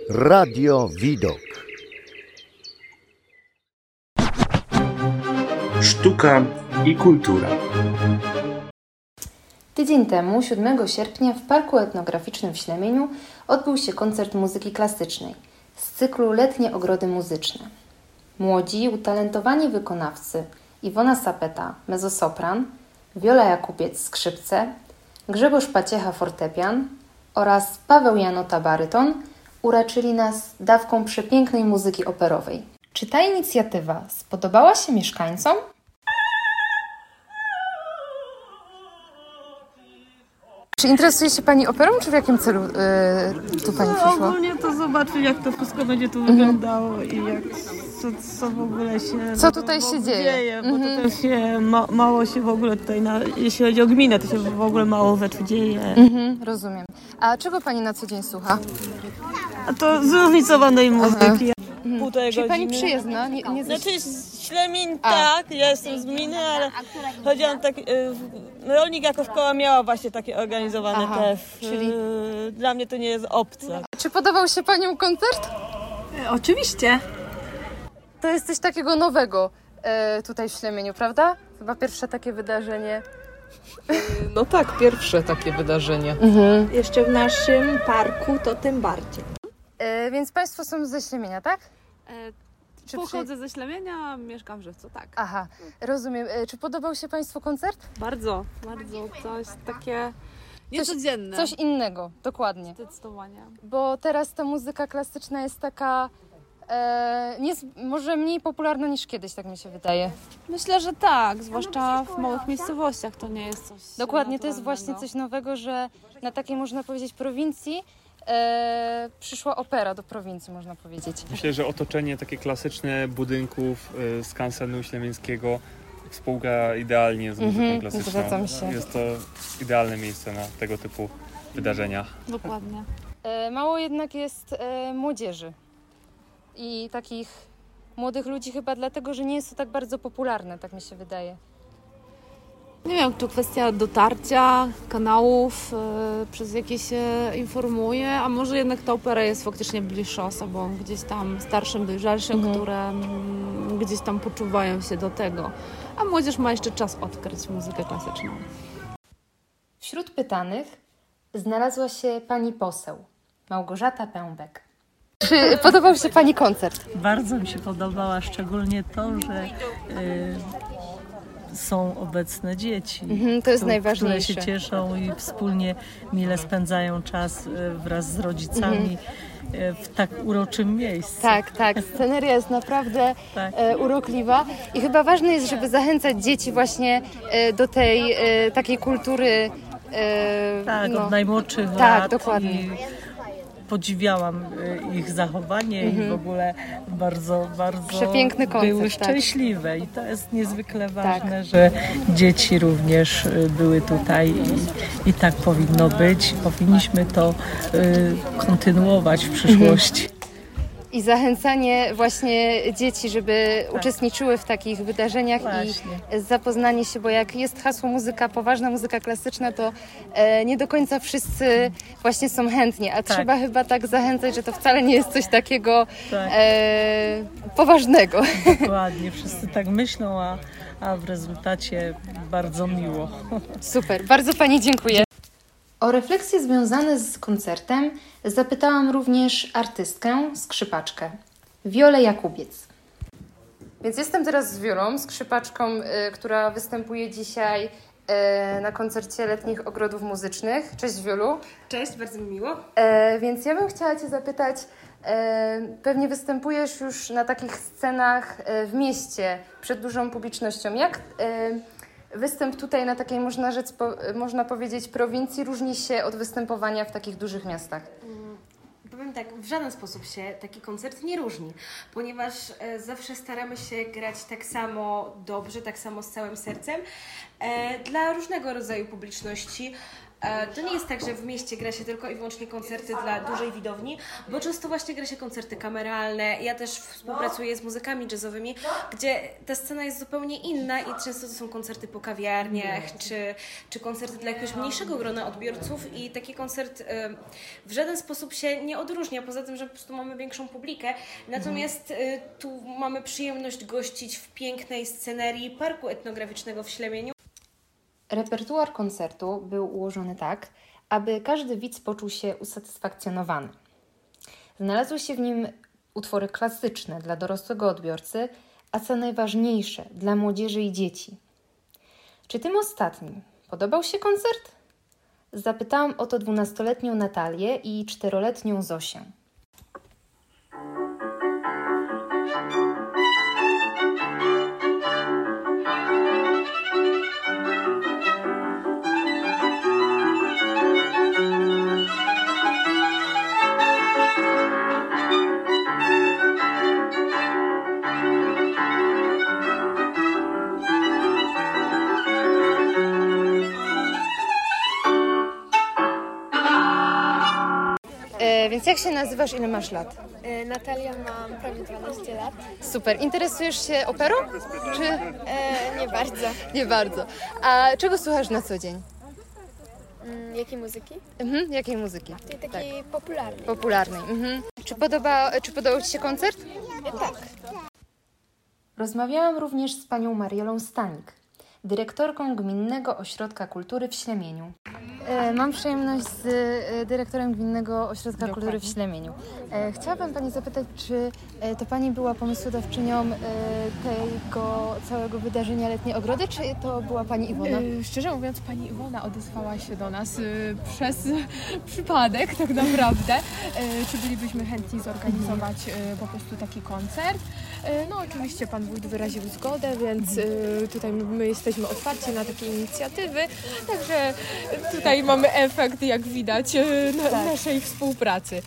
Radio Widok. Sztuka i kultura. Tydzień temu, 7 sierpnia, w Parku Etnograficznym w Ślemieniu odbył się koncert muzyki klasycznej z cyklu Letnie Ogrody Muzyczne. Młodzi, utalentowani wykonawcy Iwona Sapeta, mezzosopran, Wiola Jakubiec, skrzypce, Grzegorz Paciecha, fortepian oraz Paweł Janota, baryton, uraczyli nas dawką przepięknej muzyki operowej. Czy ta inicjatywa spodobała się mieszkańcom? Czy interesuje się Pani operą, czy w jakim celu tu Pani przyszła? Ogólnie to zobaczyć, jak to wszystko będzie tu wyglądało i jak, co w ogóle się... Co tutaj się dzieje? Bo to też się mało się w ogóle tutaj, jeśli chodzi o gminę, to się w ogóle mało rzeczy dzieje. Rozumiem. A czego Pani na co dzień słucha? A to zróżnicowanej muzyki. Półtorej Czyli Pani godziny. przyjezdna? Nie Znaczy Ślemin, tak, ja jestem z gminy, ale chodziłam tak, rolnik jako szkoła miała właśnie takie organizowane też. czyli- Dla mnie to nie jest obce. Czy podobał się Panią koncert? Oczywiście. To jest coś takiego nowego tutaj w Ślemieniu, prawda? Chyba pierwsze takie wydarzenie. No tak, pierwsze takie wydarzenie. Jeszcze w naszym parku to tym bardziej. Więc Państwo są ze Ślemienia, tak? Czy Pochodzę ze Ślemienia, mieszkam w Żywcu, tak. Aha, rozumiem. Czy podobał się Państwu koncert? Bardzo. To jest takie niecodzienne. Coś innego, dokładnie. Zdecydowanie. Bo teraz ta muzyka klasyczna jest taka może mniej popularna niż kiedyś, tak mi się wydaje. Myślę, że tak, zwłaszcza w małych miejscowościach to nie jest coś Dokładnie, to jest właśnie naturalnego. coś nowego, że na takiej, można powiedzieć, prowincji przyszła opera do prowincji, można powiedzieć. Myślę, że otoczenie takie klasyczne budynków skansenu ślemińskiego współgra idealnie z muzyką klasyczną. zgadzam się. Jest to idealne miejsce na tego typu wydarzenia. Dokładnie. Mało jednak jest młodzieży i takich młodych ludzi chyba dlatego, że nie jest to tak bardzo popularne, tak mi się wydaje. Nie wiem, to kwestia dotarcia kanałów, przez jakie się informuje, a może jednak ta opera jest faktycznie bliższa osobom gdzieś tam starszym, dojrzalszym, które gdzieś tam poczuwają się do tego. A młodzież ma jeszcze czas odkryć muzykę klasyczną. Wśród pytanych znalazła się pani poseł Małgorzata Pębek. Czy podobał się Pani koncert? Bardzo mi się podobała, szczególnie to, że są obecne dzieci. To jest najważniejsze. Które się cieszą i wspólnie mile spędzają czas wraz z rodzicami w tak uroczym miejscu. Tak. Sceneria jest naprawdę urokliwa i chyba ważne jest, żeby zachęcać dzieci właśnie do tej takiej kultury. Od najmłodszych lat. Tak, dokładnie. I podziwiałam ich zachowanie i w ogóle bardzo Przepiękny koncert, były tak. szczęśliwe i to jest niezwykle ważne, że dzieci również były tutaj i tak powinno być. Powinniśmy to kontynuować w przyszłości. I zachęcanie właśnie dzieci, żeby uczestniczyły w takich wydarzeniach i zapoznanie się, bo jak jest hasło muzyka, poważna muzyka klasyczna, to nie do końca wszyscy właśnie są chętni, a trzeba chyba tak zachęcać, że to wcale nie jest coś takiego poważnego. Dokładnie, wszyscy tak myślą, a w rezultacie bardzo miło. Super, bardzo Pani dziękuję. O refleksje związane z koncertem zapytałam również artystkę, skrzypaczkę, Wiolę Jakubiec. Więc jestem teraz z Wiolą, skrzypaczką, która występuje dzisiaj na koncercie Letnich Ogrodów Muzycznych. Cześć Wiolu. Cześć, bardzo mi miło. Więc ja bym chciała Cię zapytać, pewnie występujesz już na takich scenach w mieście, przed dużą publicznością. Jak występ tutaj na takiej, można powiedzieć, prowincji różni się od występowania w takich dużych miastach? Powiem tak, w żaden sposób się taki koncert nie różni, ponieważ zawsze staramy się grać tak samo dobrze, tak samo z całym sercem dla różnego rodzaju publiczności. To nie jest tak, że w mieście gra się tylko i wyłącznie koncerty dla dużej widowni, bo często właśnie gra się koncerty kameralne. Ja też współpracuję z muzykami jazzowymi, gdzie ta scena jest zupełnie inna i często to są koncerty po kawiarniach, czy koncerty dla jakiegoś mniejszego grona odbiorców i taki koncert w żaden sposób się nie odróżnia, poza tym, że po prostu mamy większą publikę. Natomiast tu mamy przyjemność gościć w pięknej scenerii Parku Etnograficznego w Ślemieniu. Repertuar koncertu był ułożony tak, aby każdy widz poczuł się usatysfakcjonowany. Znalazły się w nim utwory klasyczne dla dorosłego odbiorcy, a co najważniejsze, dla młodzieży i dzieci. Czy tym ostatnim podobał się koncert? Zapytałam o to 12-letnią Natalię i 4-letnią Zosię. Więc jak się nazywasz, ile masz lat? Natalia, mam prawie 12 lat. Super. Interesujesz się operą? Czy Nie bardzo. nie bardzo? A czego słuchasz na co dzień? Jakiej muzyki? Jakiej muzyki? Tej takiej popularnej. Popularnej. Czy podobał Ci się koncert? Tak. Rozmawiałam również z panią Mariolą Stanik, dyrektorką Gminnego Ośrodka Kultury w Ślemieniu. Mam przyjemność z dyrektorem Gminnego Ośrodka Kultury w Ślemieniu. Chciałabym Pani zapytać, czy to Pani była pomysłodawczynią tego całego wydarzenia Letniej Ogrody, czy to była Pani Iwona? Szczerze mówiąc, Pani Iwona odezwała się do nas przez przypadek tak naprawdę. Czy bylibyśmy chętni zorganizować po prostu taki koncert. No oczywiście Pan Wójt wyraził zgodę, więc tutaj my jesteśmy otwarci na takie inicjatywy, także tutaj mamy efekt, jak widać, naszej współpracy.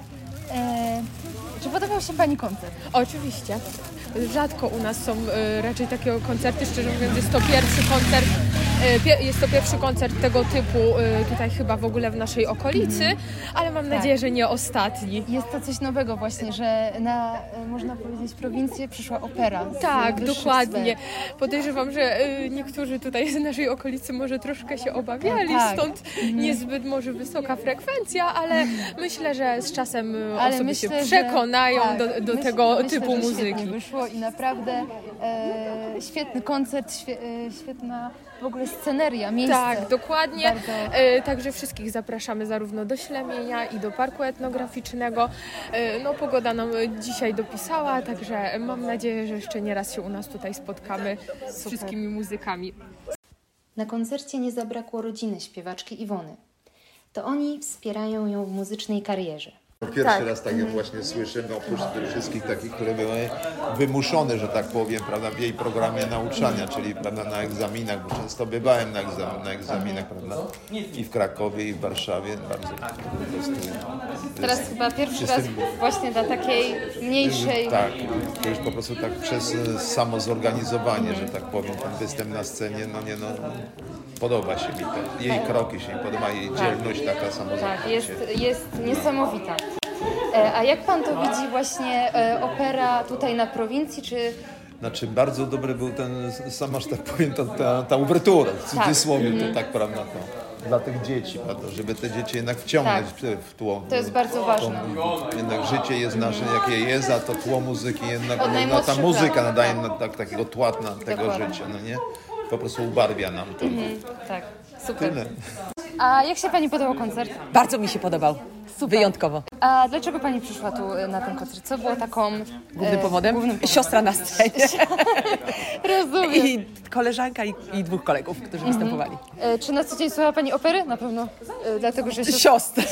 Czy podobał się Pani koncert? Oczywiście. Rzadko u nas są raczej takie koncerty, szczerze mówiąc jest to pierwszy koncert tego typu tutaj chyba w ogóle w naszej okolicy, ale mam nadzieję, że nie ostatni. Jest to coś nowego właśnie, że na, można powiedzieć, prowincję przyszła opera. Tak, dokładnie. Podejrzewam, że niektórzy tutaj z naszej okolicy może troszkę się obawiali, stąd niezbyt może wysoka frekwencja, ale myślę, że z czasem osoby się przekonają do tego typu muzyki. Wyszło i naprawdę świetny koncert, świetna w ogóle sceneria, miejsce. Tak, dokładnie. Bardzo... Także wszystkich zapraszamy zarówno do Ślemienia i do Parku Etnograficznego. No pogoda nam dzisiaj dopisała, także mam nadzieję, że jeszcze nie raz się u nas tutaj spotkamy z wszystkimi muzykami. Na koncercie nie zabrakło rodziny śpiewaczki Iwony. To oni wspierają ją w muzycznej karierze. Pierwszy raz tak jak właśnie słyszymy, oprócz tych wszystkich takich, które były wymuszone, że tak powiem, prawda, w jej programie nauczania, czyli prawda, na egzaminach, bo często bywałem na egzaminach, prawda, i w Krakowie, i w Warszawie, bardzo po prostu. Teraz chyba pierwszy raz właśnie dla takiej mniejszej... Tak, to już po prostu tak przez samo zorganizowanie, że tak powiem, ten występ na scenie, podoba się mi to. Jej kroki się mi podoba, jej dzielność taka samozorganizowana. Tak, jest niesamowita. A jak Pan to widzi właśnie opera tutaj na prowincji, czy... Znaczy bardzo dobry był ten, samaż tak powiem, ta uwertura, w cudzysłowie to tak, prawda, to dla tych dzieci, prawda, żeby te dzieci jednak wciągnąć w tło. To jest bardzo ważne. Jednak życie jest nasze, jakie jest, a to tło muzyki jednak, ta muzyka nadaje takiego tłatna tego życia, no nie? Po prostu ubarwia nam to. Tak, super. Tyle. A jak się Pani podobał koncert? Bardzo mi się podobał. Super. Wyjątkowo. A dlaczego Pani przyszła tu na ten koncert? Co było taką... Głównym powodem? Siostra na scenie. Rozumiem. I koleżanka i dwóch kolegów, którzy występowali. Czy na co dzień słucha Pani opery? Na pewno. Dlatego, że... Siostrę.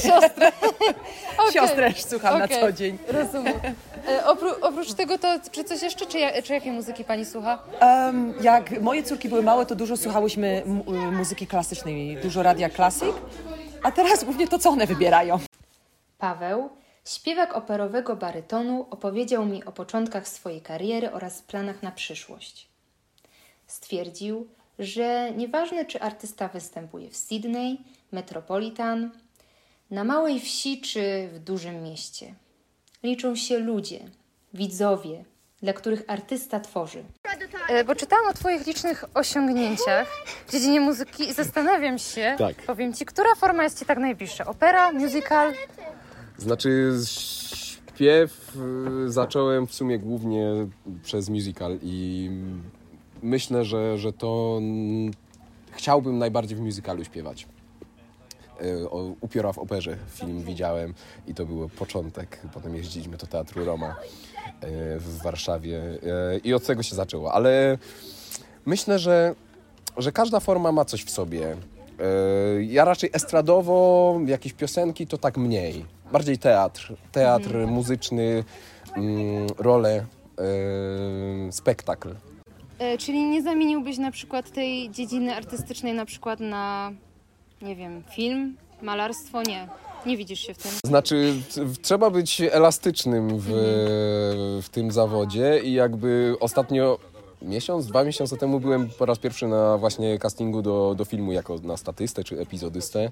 Okay. Siostrę słucham na co dzień. Rozumiem. Oprócz tego, to czy coś jeszcze? Czy jakiej muzyki Pani słucha? Jak moje córki były małe, to dużo słuchałyśmy muzyki klasycznej, dużo radia klasyk, a teraz głównie to, co one wybierają. Paweł, śpiewak operowego barytonu, opowiedział mi o początkach swojej kariery oraz planach na przyszłość. Stwierdził, że nieważne, czy artysta występuje w Sydney, Metropolitan, na małej wsi czy w dużym mieście. Liczą się ludzie, widzowie, dla których artysta tworzy. Bo czytałam o Twoich licznych osiągnięciach w dziedzinie muzyki i zastanawiam się, powiem Ci, która forma jest Ci tak najbliższa? Opera, musical? Znaczy śpiew zacząłem w sumie głównie przez musical i myślę, że to chciałbym najbardziej w musicalu śpiewać. Upiora w operze film widziałem i to był początek. Potem jeździliśmy do Teatru Roma w Warszawie i od tego się zaczęło. Ale myślę, że każda forma ma coś w sobie. Ja raczej estradowo, jakieś piosenki to tak mniej. Bardziej teatr muzyczny, role, spektakl. Czyli nie zamieniłbyś na przykład tej dziedziny artystycznej na przykład na, nie wiem, film, malarstwo? Nie widzisz się w tym? Znaczy, trzeba być elastycznym w tym zawodzie i jakby ostatnio dwa miesiące temu byłem po raz pierwszy na właśnie castingu do filmu jako na statystę czy epizodystę.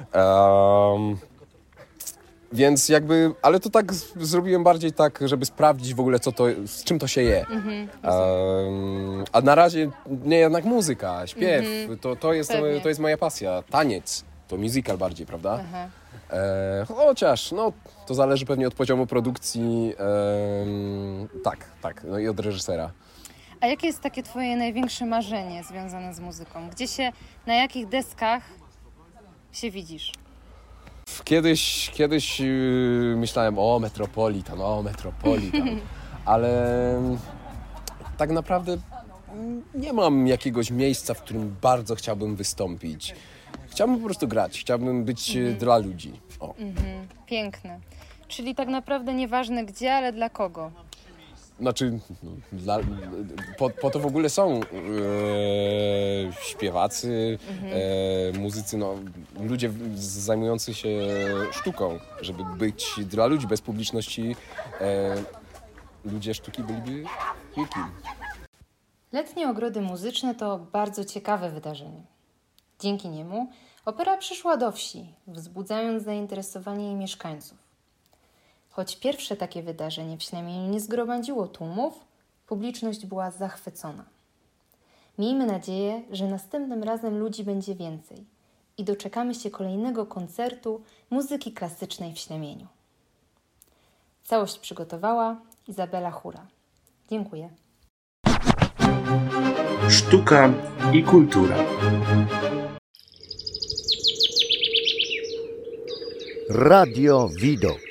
Więc jakby, ale to tak zrobiłem bardziej tak, żeby sprawdzić w ogóle z czym to się je. A na razie nie, jednak muzyka, śpiew, to jest moja pasja. Taniec, to musical bardziej, prawda? Chociaż, to zależy pewnie od poziomu produkcji, tak, no i od reżysera. A jakie jest takie Twoje największe marzenie związane z muzyką? Na jakich deskach się widzisz? Kiedyś myślałem, Metropolitan, ale tak naprawdę nie mam jakiegoś miejsca, w którym bardzo chciałbym wystąpić. Chciałbym po prostu grać, chciałbym być dla ludzi. Piękne. Czyli tak naprawdę nieważne gdzie, ale dla kogo? Znaczy, po to w ogóle są śpiewacy, muzycy, ludzie zajmujący się sztuką, żeby być dla ludzi. Bez publiczności ludzie sztuki byliby nikim. Letnie ogrody muzyczne to bardzo ciekawe wydarzenie. Dzięki niemu opera przyszła do wsi, wzbudzając zainteresowanie jej mieszkańców. Choć pierwsze takie wydarzenie w Ślemieniu nie zgromadziło tłumów, publiczność była zachwycona. Miejmy nadzieję, że następnym razem ludzi będzie więcej i doczekamy się kolejnego koncertu muzyki klasycznej w Ślemieniu. Całość przygotowała Izabela Hura. Dziękuję. Sztuka i kultura. Radio Widok.